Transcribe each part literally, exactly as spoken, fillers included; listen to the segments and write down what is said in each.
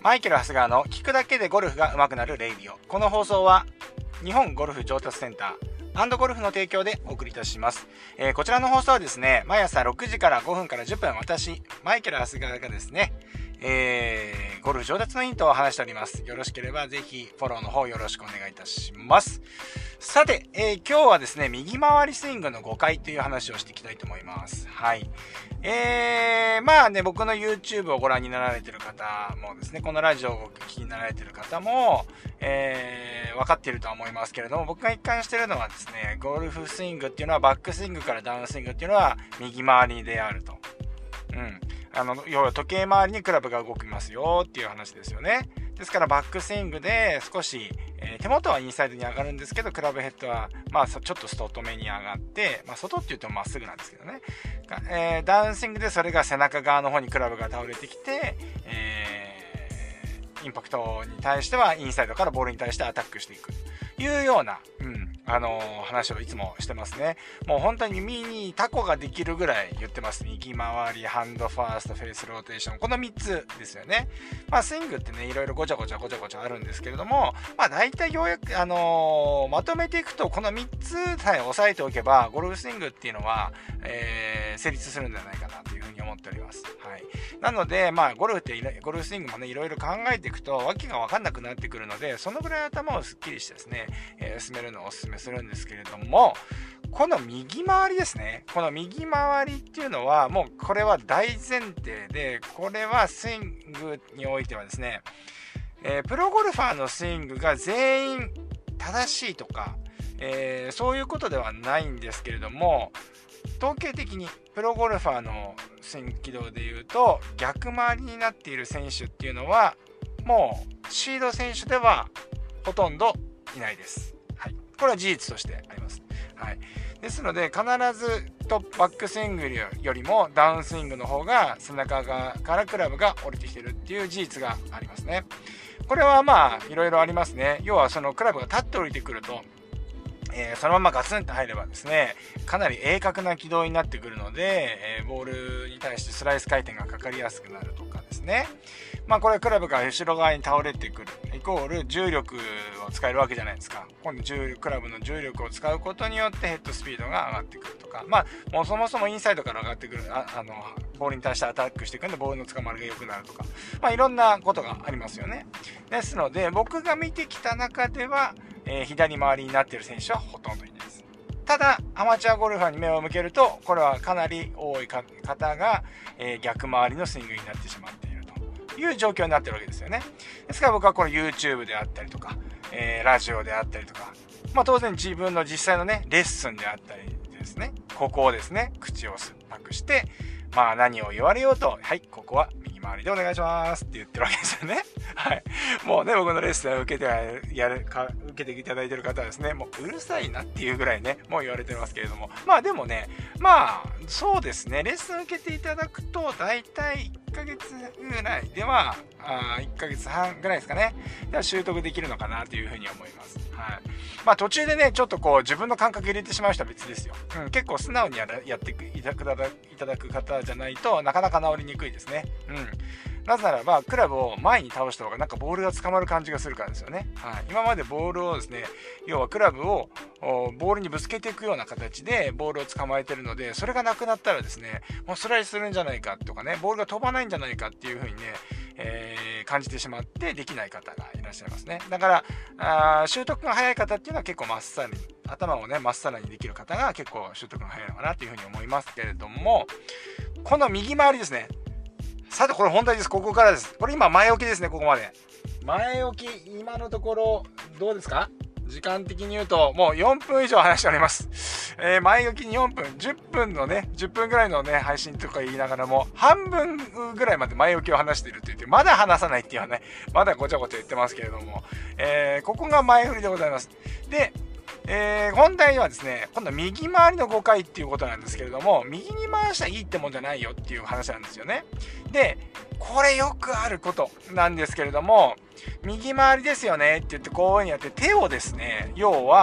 マイケル・ハスガーの聞くだけでゴルフが上手くなるレイディオ。この放送は日本ゴルフ上達センター&ゴルフの提供でお送りいたします。えー、こちらの放送はですね、毎朝ろくじからごふんからじゅっぷん、私マイケル・ハスガーがですね、えー、ゴルフ上達のヒントを話しております。よろしければぜひフォローの方よろしくお願いいたします。さて、えー、今日はですね、右回りスイングの誤解という話をしていきたいと思います。はい。えー、まあね、僕の YouTube をご覧になられている方もですね、このラジオをお聞きになられている方も、えー、分かっているとは思いますけれども、僕が一貫しているのはですね、ゴルフスイングっていうのはバックスイングからダウンスイングっていうのは右回りであると。うん。あの、要は時計回りにクラブが動きますよっていう話ですよね。ですからバックスイングで少し、えー、手元はインサイドに上がるんですけど、クラブヘッドはまあちょっと外目に上がって、まあ外って言ってもまっすぐなんですけどね、えー、ダウンスイングでそれが背中側の方にクラブが倒れてきて、えー、インパクトに対してはインサイドからボールに対してアタックしていくというような、うんあのー、話をいつもしてますね。もう本当に耳にタコができるぐらい言ってます。右回り、ハンドファースト、フェイスローテーション。このみっつですよね。まあスイングってね、いろいろごちゃごちゃごちゃごちゃあるんですけれども、まあ大体ようやく、あのー、まとめていくと、このみっつさえ押さえておけば、ゴルフスイングっていうのは、えー、成立するんじゃないかなというふうに思っております。はい。なので、まあゴルフって、ゴルフスイングもね、いろいろ考えていくと、わけがわかんなくなってくるので、そのぐらい頭をすっきりしてですね、えー、進めるのをお勧めするんですけれども、この右回りですね、この右回りっていうのはもうこれは大前提で、これはスイングにおいてはですね、えー、プロゴルファーのスイングが全員正しいとか、えー、そういうことではないんですけれども、統計的にプロゴルファーのスイング軌道でいうと逆回りになっている選手っていうのはもうシード選手ではほとんどいないです。はい、これは事実としてあります。はい、ですので必ずトップバックスイングよりもダウンスイングの方が背中側からクラブが降りてきてるっていう事実がありますね。これはまあいろいろありますね。要はそのクラブが立って降りてくると、えー、そのままガツンと入ればですね、かなり鋭角な軌道になってくるので、えー、ボールに対してスライス回転がかかりやすくなるとかですね。まあこれはクラブが後ろ側に倒れてくるイコール重力を使えるわけじゃないですか。今度重クラブの重力を使うことによってヘッドスピードが上がってくるとか、まあもうそもそもインサイドから上がってくるああのボールに対してアタックしていくんでボールの捕まりが良くなるとか、まあいろんなことがありますよね。ですので僕が見てきた中では、えー、左回りになっている選手はほとんどいないです。ただアマチュアゴルファーに目を向けるとこれはかなり多い方が、えー、逆回りのスイングになってしまっているという状況になってるわけですよね。ですから僕はこの YouTube であったりとか、えー、ラジオであったりとか、まあ当然自分の実際のねレッスンであったりですね、ここをですね口を酸っぱくして、まあ何を言われようと、はい、ここは右回りでお願いしますって言ってるわけですよね。はい。もうね、僕のレッスンを受けてやるか、受けていただいている方はですね、もううるさいなっていうぐらいね、もう言われてますけれども。まあでもね、まあ、そうですね、レッスンを受けていただくと、だいたいいっかげつぐらいでは、あいっかげつはんぐらいですかね。では習得できるのかなというふうに思います。はい。まあ途中でね、ちょっとこう自分の感覚入れてしまう人は別ですよ。うん、結構素直にやらやっていただく方じゃないとなかなか治りにくいですね。うん。なぜならばクラブを前に倒した方がなんかボールが捕まる感じがするからですよね。はい。今までボールをですね、要はクラブをボールにぶつけていくような形でボールを捕まえてるので、それがなくなったらですね、もうスライスするんじゃないかとかね、ボールが飛ばないんじゃないかっていう風にね、えー、感じてしまってできない方がいらっしゃいますね。だからあ習得が早い方っていうのは結構まっさらに頭をねまっさらにできる方が結構習得が早いのかなという風に思いますけれども、この右回りですね。さてこれ本題です。ここからです。これ今前置きですね。ここまで前置き、今のところどうですか？時間的に言うともうよんぷん以上話しております。えー、前置きによんぷん、じゅっぷんのね、じゅっぷんぐらいのね、配信とか言いながらも、半分ぐらいまで前置きを話していると言って、まだ話さないっていうのはね、まだごちゃごちゃ言ってますけれども、えー、ここが前振りでございます。で、えー、本題はですね、今度は右回りの誤解っていうことなんですけれども、右に回したらいいってもんじゃないよっていう話なんですよね。で、これよくあることなんですけれども、右回りですよねって言ってこういうふうにやって手をですね、要は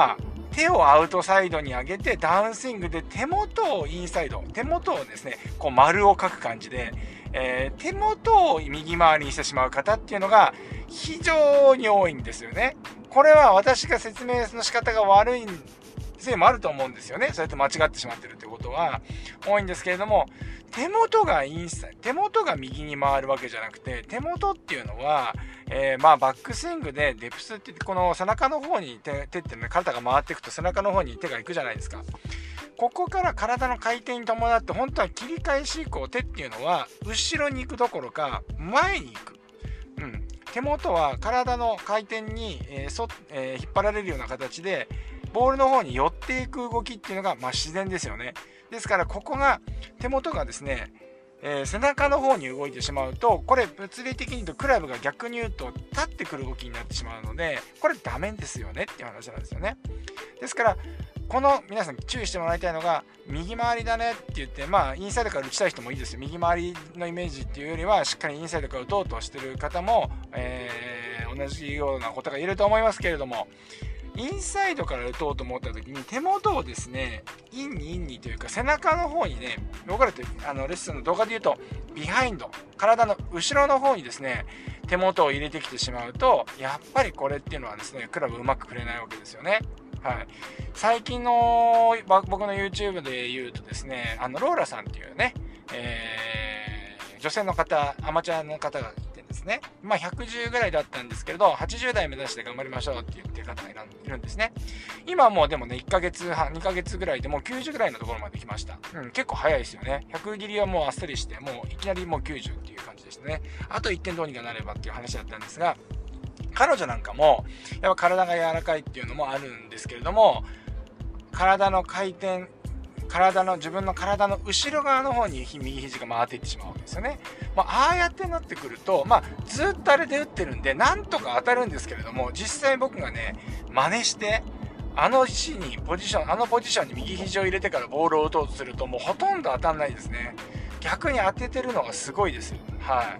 手をアウトサイドに上げてダウンスイングで手元をインサイド、手元をですねこう丸を描く感じで、えー、手元を右回りにしてしまう方っていうのが非常に多いんですよね。これは私が説明の仕方が悪いせいもあると思うんですよね。そうやって間違ってしまってるってことは多いんですけれども、手元がインサイド、手元が右に回るわけじゃなくて、手元っていうのは、えー、まあバックスイングでデプスってこの背中の方に 手, 手ってね、体が回っていくと背中の方に手が行くじゃないですか。ここから体の回転に伴って本当は切り返し以降、手っていうのは後ろに行くどころか前に行く、うん、手元は体の回転に、えーそえー、引っ張られるような形でボールの方に寄っていく動きっていうのが、まあ、自然ですよね。ですからここが手元がですね、えー、背中の方に動いてしまうと、これ物理的に言うとクラブが逆に言うと立ってくる動きになってしまうので、これダメですよねっていう話なんですよね。ですからこの皆さん注意してもらいたいのが、右回りだねって言って、まあインサイドから打ちたい人もいいですよ。右回りのイメージっていうよりはしっかりインサイドから打とうとしてる方も、えー、同じようなことが言えると思いますけれども、インサイドから打とうと思った時に手元をですねインにインにというか背中の方にね、僕らってあのレッスンの動画で言うとビハインド、体の後ろの方にですね手元を入れてきてしまうと、やっぱりこれっていうのはですねクラブうまくくれないわけですよね。はい、最近の僕の YouTube で言うとですね、あのローラさんっていうね、えー、女性の方、アマチュアの方がいてですね、まあひゃくじゅうぐらいだったんですけれど、はちじゅう代目指して頑張りましょうって言ってる方がいるんですね。今はもうでもねいっかげつはん、にかげつぐらいでもうきゅうじゅうぐらいのところまで来ました。うん、結構早いですよね。ひゃく切りはもうあっさりして、もういきなりもうきゅうじゅうっていう感じでしたね。あといってんどうにかなればっていう話だったんですが、彼女なんかもやっぱ体が柔らかいっていうのもあるんですけれども、体の回転、体の自分の体の後ろ側の方に右肘が回っていってしまうわけですよね。まあ、ああやってなってくると、まあ、ずっとあれで打ってるんでなんとか当たるんですけれども、実際僕がね真似してあの位置にポジションあのポジションに右肘を入れてからボールを打とうとするともうほとんど当たんないですね。逆に当ててるのがすごいですよ。はい、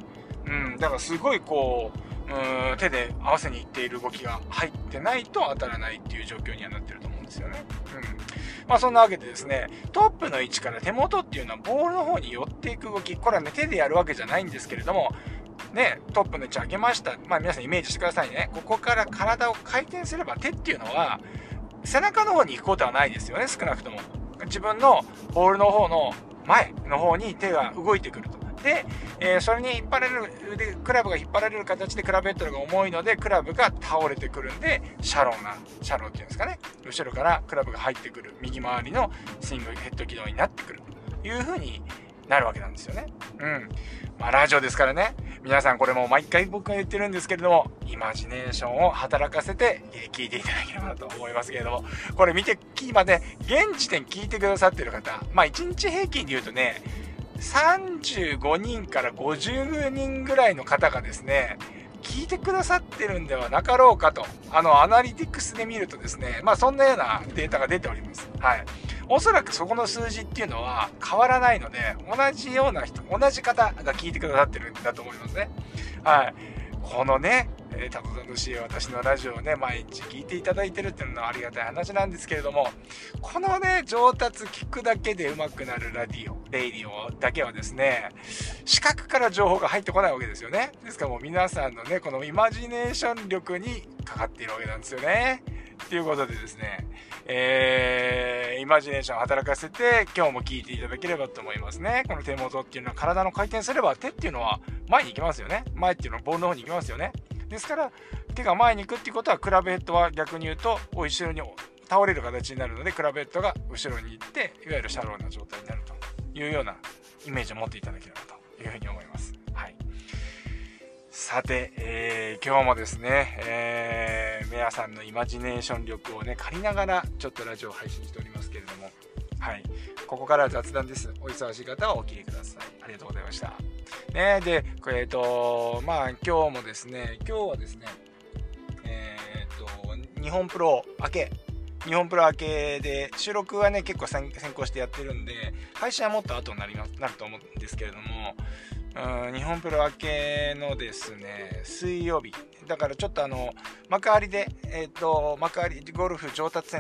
うん、だからすごいこううーん手で合わせにいっている動きが入ってないと当たらないっていう状況にはなってると思うんですよね。うん、まあそんなわけでですね、トップの位置から手元っていうのはボールの方に寄っていく動き、これはね手でやるわけじゃないんですけれどもね、トップの位置上げました。まあ皆さんイメージしてくださいね。ここから体を回転すれば、手っていうのは背中の方に行くことはないですよね。少なくとも自分のボールの方の前の方に手が動いてくると。で、えー、それに引っ張られるでクラブが引っ張られる形でクラブヘッドが重いのでクラブが倒れてくるんで、シャローなシャローっていうんですかね、後ろからクラブが入ってくる右回りのスイングヘッド軌道になってくるという風になるわけなんですよね。うん。まあラジオですからね、皆さんこれも毎回僕が言ってるんですけれども、イマジネーションを働かせて聞いていただければと思いますけれども、これ見て今ね現時点聞いてくださってる方、まあいちにち平均で言うとねさんじゅうごにんからごじゅうにんぐらいの方がですね聞いてくださってるんではなかろうかと、あのアナリティクスで見るとですね、まあそんなようなデータが出ております。はい。おそらくそこの数字っていうのは変わらないので、同じような人、同じ方が聞いてくださってるんだと思いますね。はい。このね、えー、たどたどしい私のラジオをね毎日聞いていただいてるっていうのはありがたい話なんですけれども、このね上達聞くだけで上手くなるラディオレイディオだけはですね視覚から情報が入ってこないわけですよね。ですからもう皆さんのねこのイマジネーション力にかかっているわけなんですよね。ということでですね、えー、イマジネーションを働かせて今日も聞いていただければと思いますね。この手元っていうのは体の回転すれば手っていうのは前に行きますよね。前っていうのはボールの方に行きますよね。ですから手が前に行くっていうことはクラブヘッドは逆に言うと後ろに倒れる形になるので、クラブヘッドが後ろに行っていわゆるシャローな状態になるというようなイメージを持っていただければというふうに思います。はい。さて、えー、今日もですね、えー、皆さんのイマジネーション力をね借りながらちょっとラジオを配信しておりますけれども、はい、ここからは雑談です。お忙しい方はお切りください。ありがとうございました。ね、で、えっとまあ今日もですね、今日はですね、えっと日本プロ明け日本プロ明けで収録はね結構先行してやってるんで、配信はもっと後になりますなると思うんですけれども、うん、日本プロ明けのですね水曜日だからちょっとあの幕張でえっと幕張ゴルフ上達センター、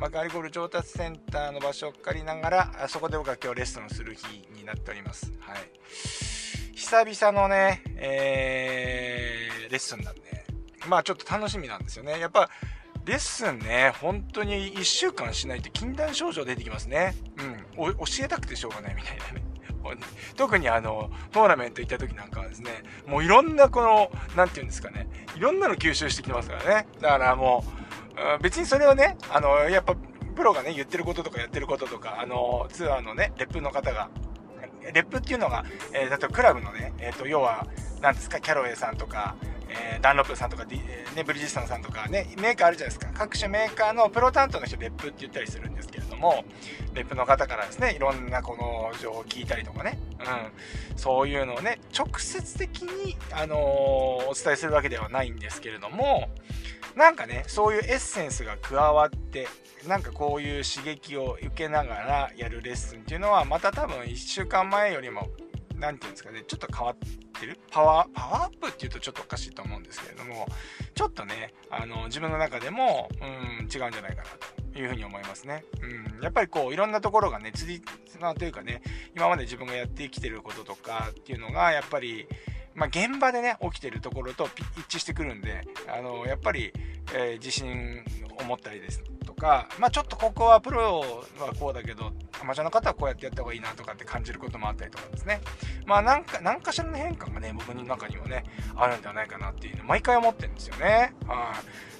幕張ゴルフ上達センターの場所を借りながら、そこで僕は今日レッスンをする日になっております。はい。久々のね、えー、レッスンなんで、まあちょっと楽しみなんですよね。やっぱレッスンね、本当にいっしゅうかんしないと禁断症状出てきますね。うん。教えたくてしょうがないみたいなね。特にあのトーナメント行った時なんかはですね、もういろんなこのなんていうんですかね、いろんなの吸収してきてますからね。だからもう別にそれをね、あのやっぱプロがね言ってることとかやってることとか、あのツアーのねレップの方が、レップっていうのが、えー、例えばクラブのね、えー、と要はなんですか、キャロウェイさんとか、えー、ダンロップさんとか、D ね、ブリヂストンさんとかね、メーカーあるじゃないですか。各種メーカーのプロ担当の人レップって言ったりするんですけれども、レップの方からですね、いろんなこの情報を聞いたりとかね、うん、そういうのをね直接的に、あのー、お伝えするわけではないんですけれども、なんかねそういうエッセンスが加わって、なんかこういう刺激を受けながらやるレッスンっていうのは、また多分いっしゅうかんまえよりもなんていうんですかね、ちょっと変わってる、パワーパワーアップっていうとちょっとおかしいと思うんですけれども、ちょっとね、あの自分の中でも、うん、違うんじゃないかなというふうに思いますね。うん、やっぱりこういろんなところがね、つりつなというかね、今まで自分がやってきてることとかっていうのがやっぱり、まあ、現場でね起きてるところと一致してくるんで、あのやっぱり、えー、自信を持ったりですとか、まあちょっとここはプロはこうだけどアマチュアの方はこうやってやった方がいいなとかって感じることもあったりとかですね、まあなんか何かしらの変化がね僕の中にもねあるんではないかなっていうのを毎回思ってるんですよね。はい。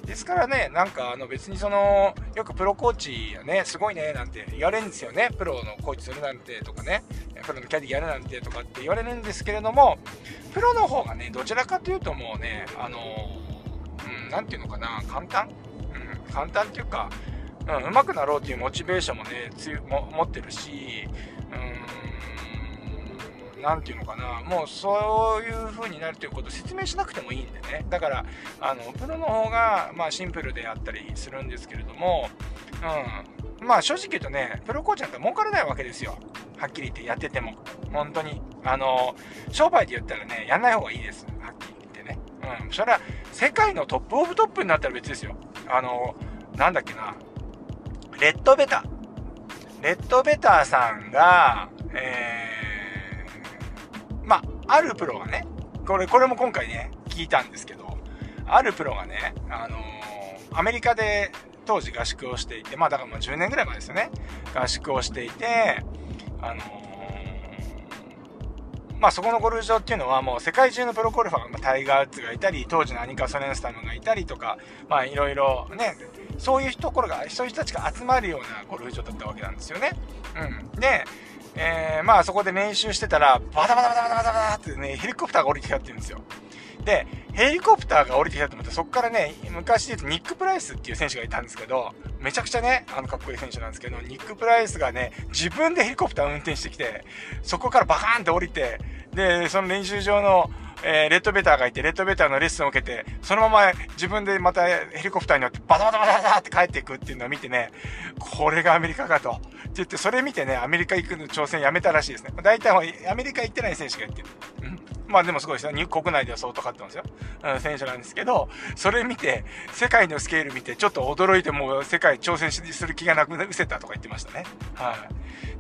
ですからね、なんかあの別にそのよくプロコーチやねすごいねなんて言われるんですよね。プロのコーチするなんてとかね、プロのキャディやるなんてとかって言われるんですけれども、プロの方がねどちらかというともうね、あのうん、なんていうのかな、簡単、うん、簡単っていうか、うん、上手くなろうっていうモチベーションもねつも持ってるし、うーん、なんていうのかな、もうそういう風になるということを説明しなくてもいいんでね。だからあのプロの方がまあシンプルであったりするんですけれども、うん、まあ正直言うとね、プロコーチなんて儲からないわけですよ。はっきり言ってやってても本当にあの商売で言ったらねやんない方がいいです。はっきり言ってね。うん、それは世界のトップオブトップになったら別ですよ。あのなんだっけな、レッドベタレッドベターさんが、えー、まああるプロがね、これこれも今回ね聞いたんですけど、あるプロがね、あのー、アメリカで当時合宿をしていて、まあだからもうじゅうねんぐらい前ですよね、合宿をしていて、あのー、まあそこのゴルフ場っていうのはもう世界中のプロゴルファーが、タイガー・ウッズがいたり、当時のアニカ・ソレンスタムがいたりとか、まあいろいろね、そういうところが、そういう人たちが集まるようなゴルフ場だったわけなんですよね。うん。で、えー、まあそこで練習してたら、バタバタバタバタバタバタってね、ヘリコプターが降りてきたって言うんですよ。で、ヘリコプターが降りてきたと思って、そこからね、昔で言うとニック・プライスっていう選手がいたんですけど、めちゃくちゃね、あのかっこいい選手なんですけど、ニック・プライスがね、自分でヘリコプターを運転してきて、そこからバカーンって降りて、で、その練習場の、えー、レッドベターがいて、レッドベターのレッスンを受けて、そのまま自分でまたヘリコプターに乗ってバタバタバタバタって帰っていくっていうのを見てね、これがアメリカかと。って言って、それ見てね、アメリカ行くの挑戦やめたらしいですね。大体アメリカ行ってない選手がやってる。うん。まあでもすごいですよ。国内では相当勝ってますよ。うん、選手なんですけど、それ見て、世界のスケール見て、ちょっと驚いて、もう世界挑戦する気がなく失せたとか言ってましたね。はい。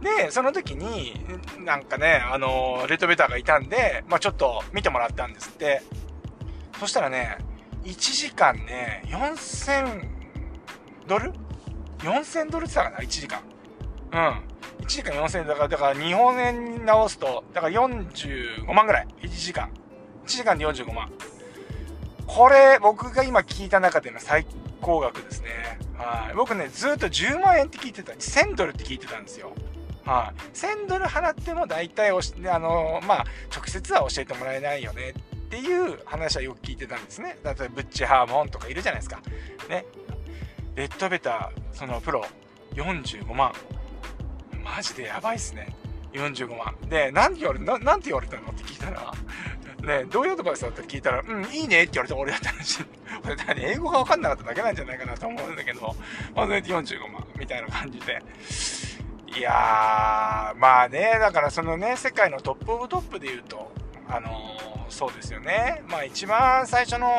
で、その時に、なんかね、あの、レッドベターがいたんで、まあちょっと見てもらったんですって。そしたらね、いちじかんね、よんせんドル ?よんせん ドルって言ったかな ?いち 時間。うん。いちじかんよんせんだから、だから日本円に直すと、だからよんじゅうごまんぐらい。いちじかん。いちじかんでよんじゅうごまん。これ、僕が今聞いた中での最高額ですね。はい。僕ね、ずっとじゅうまんえんって聞いてた。せんドルって聞いてたんですよ。はい。せんドル払っても大体おし、あのー、まあ、直接は教えてもらえないよねっていう話はよく聞いてたんですね。例えば、ブッチ・ハーモンとかいるじゃないですか。ね。レッドベター、そのプロ、よんじゅうごまん。マジでやばいっすね。よんじゅうごまん。で、なんて言われた、な、なんて言われたのって聞いたら、ね、どういうアドバイスだったって聞いたら、うん、いいねって言われた俺だったらしい。俺、英語が分かんなかっただけなんじゃないかなと思うんだけど、まあ、それでよんじゅうごまんみたいな感じで。いやー、まあね、だからそのね、世界のトップオブトップで言うと、あのー、そうですよね。まあ一番最初の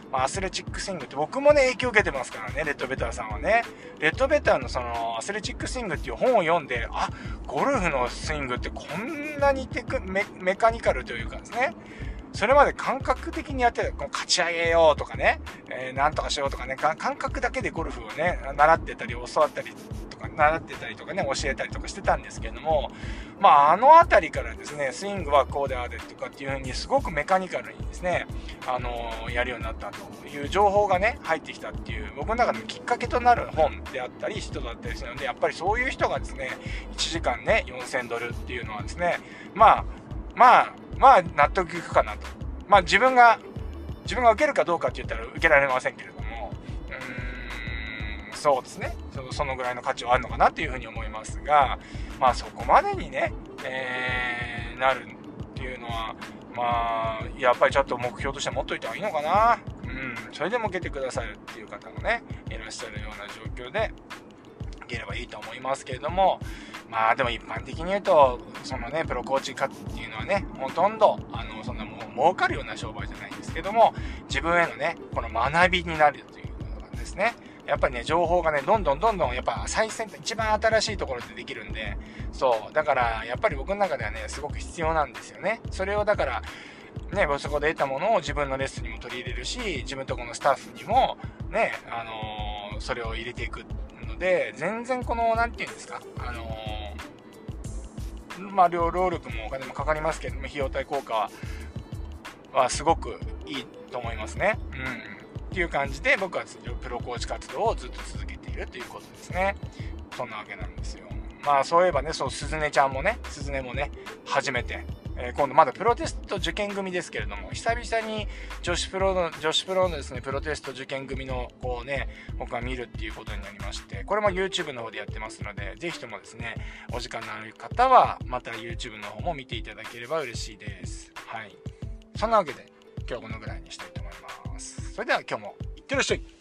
まあ、アスレチックスイングって僕もね影響を受けてますからね、レッドベターさんはね。レッドベターのそのアスレチックスイングっていう本を読んで、あ、ゴルフのスイングってこんなにテク メ, メカニカルというかですね、それまで感覚的にやってた、こう勝ち上げようとかね、えー、なんとかしようとかね、感覚だけでゴルフをね習ってたり教わったりとか習ってたりとかね教えたりとかしてたんですけれども、まああの辺りからですね、スイングはこうでああでとかっていう風にすごくメカニカルにですね、あのー、やるようになったという情報がね入ってきたっていう、僕の中でもきっかけとなる本であったり人だったりするので、やっぱりそういう人がですねいちじかんねよんせんドルっていうのはですね、まあまあまあ納得いくかなと。まあ自分が自分が受けるかどうかって言ったら受けられませんけれども、うーんそうですね、そ, そのぐらいの価値はあるのかなというふうに思いますが、まあそこまでにね、えー、なるっていうのはまあやっぱりちょっと目標として持っといた方がいいのかな。うん、それでも受けてくださるっていう方もねいらっしゃるような状況でいければいいと思いますけれども、まあでも一般的に言うとそのねプロコーチ化っていうのはねほとんどあのそんなもう儲かるような商売じゃないんですけども、自分へのねこの学びになるというのがですね、やっぱりね情報がねどんどんどんどんやっぱ最先端一番新しいところでできるんで、そうだからやっぱり僕の中ではねすごく必要なんですよね。それをだからねそこで得たものを自分のレッスンにも取り入れるし、自分とこのスタッフにもねあのー、それを入れていくので、全然このなんていうんですか、あのー、まあ労力もお金もかかりますけども費用対効果はすごくいいと思いますね。うん、っていう感じで僕はプロコーチ活動をずっと続けているということですね。そんなわけなんですよ。まあそういえばね、そうすずねちゃんもね、すずねもね初めて、えー、今度まだプロテスト受験組ですけれども、久々に女子プロの女子プロのですねプロテスト受験組のこうね僕は見るっていうことになりまして、これも YouTube の方でやってますので、ぜひともですねお時間のある方はまた YouTube の方も見ていただければ嬉しいです。はい。そんなわけで今日はこのぐらいにしたいと思います。それでは今日もいってらっしゃい。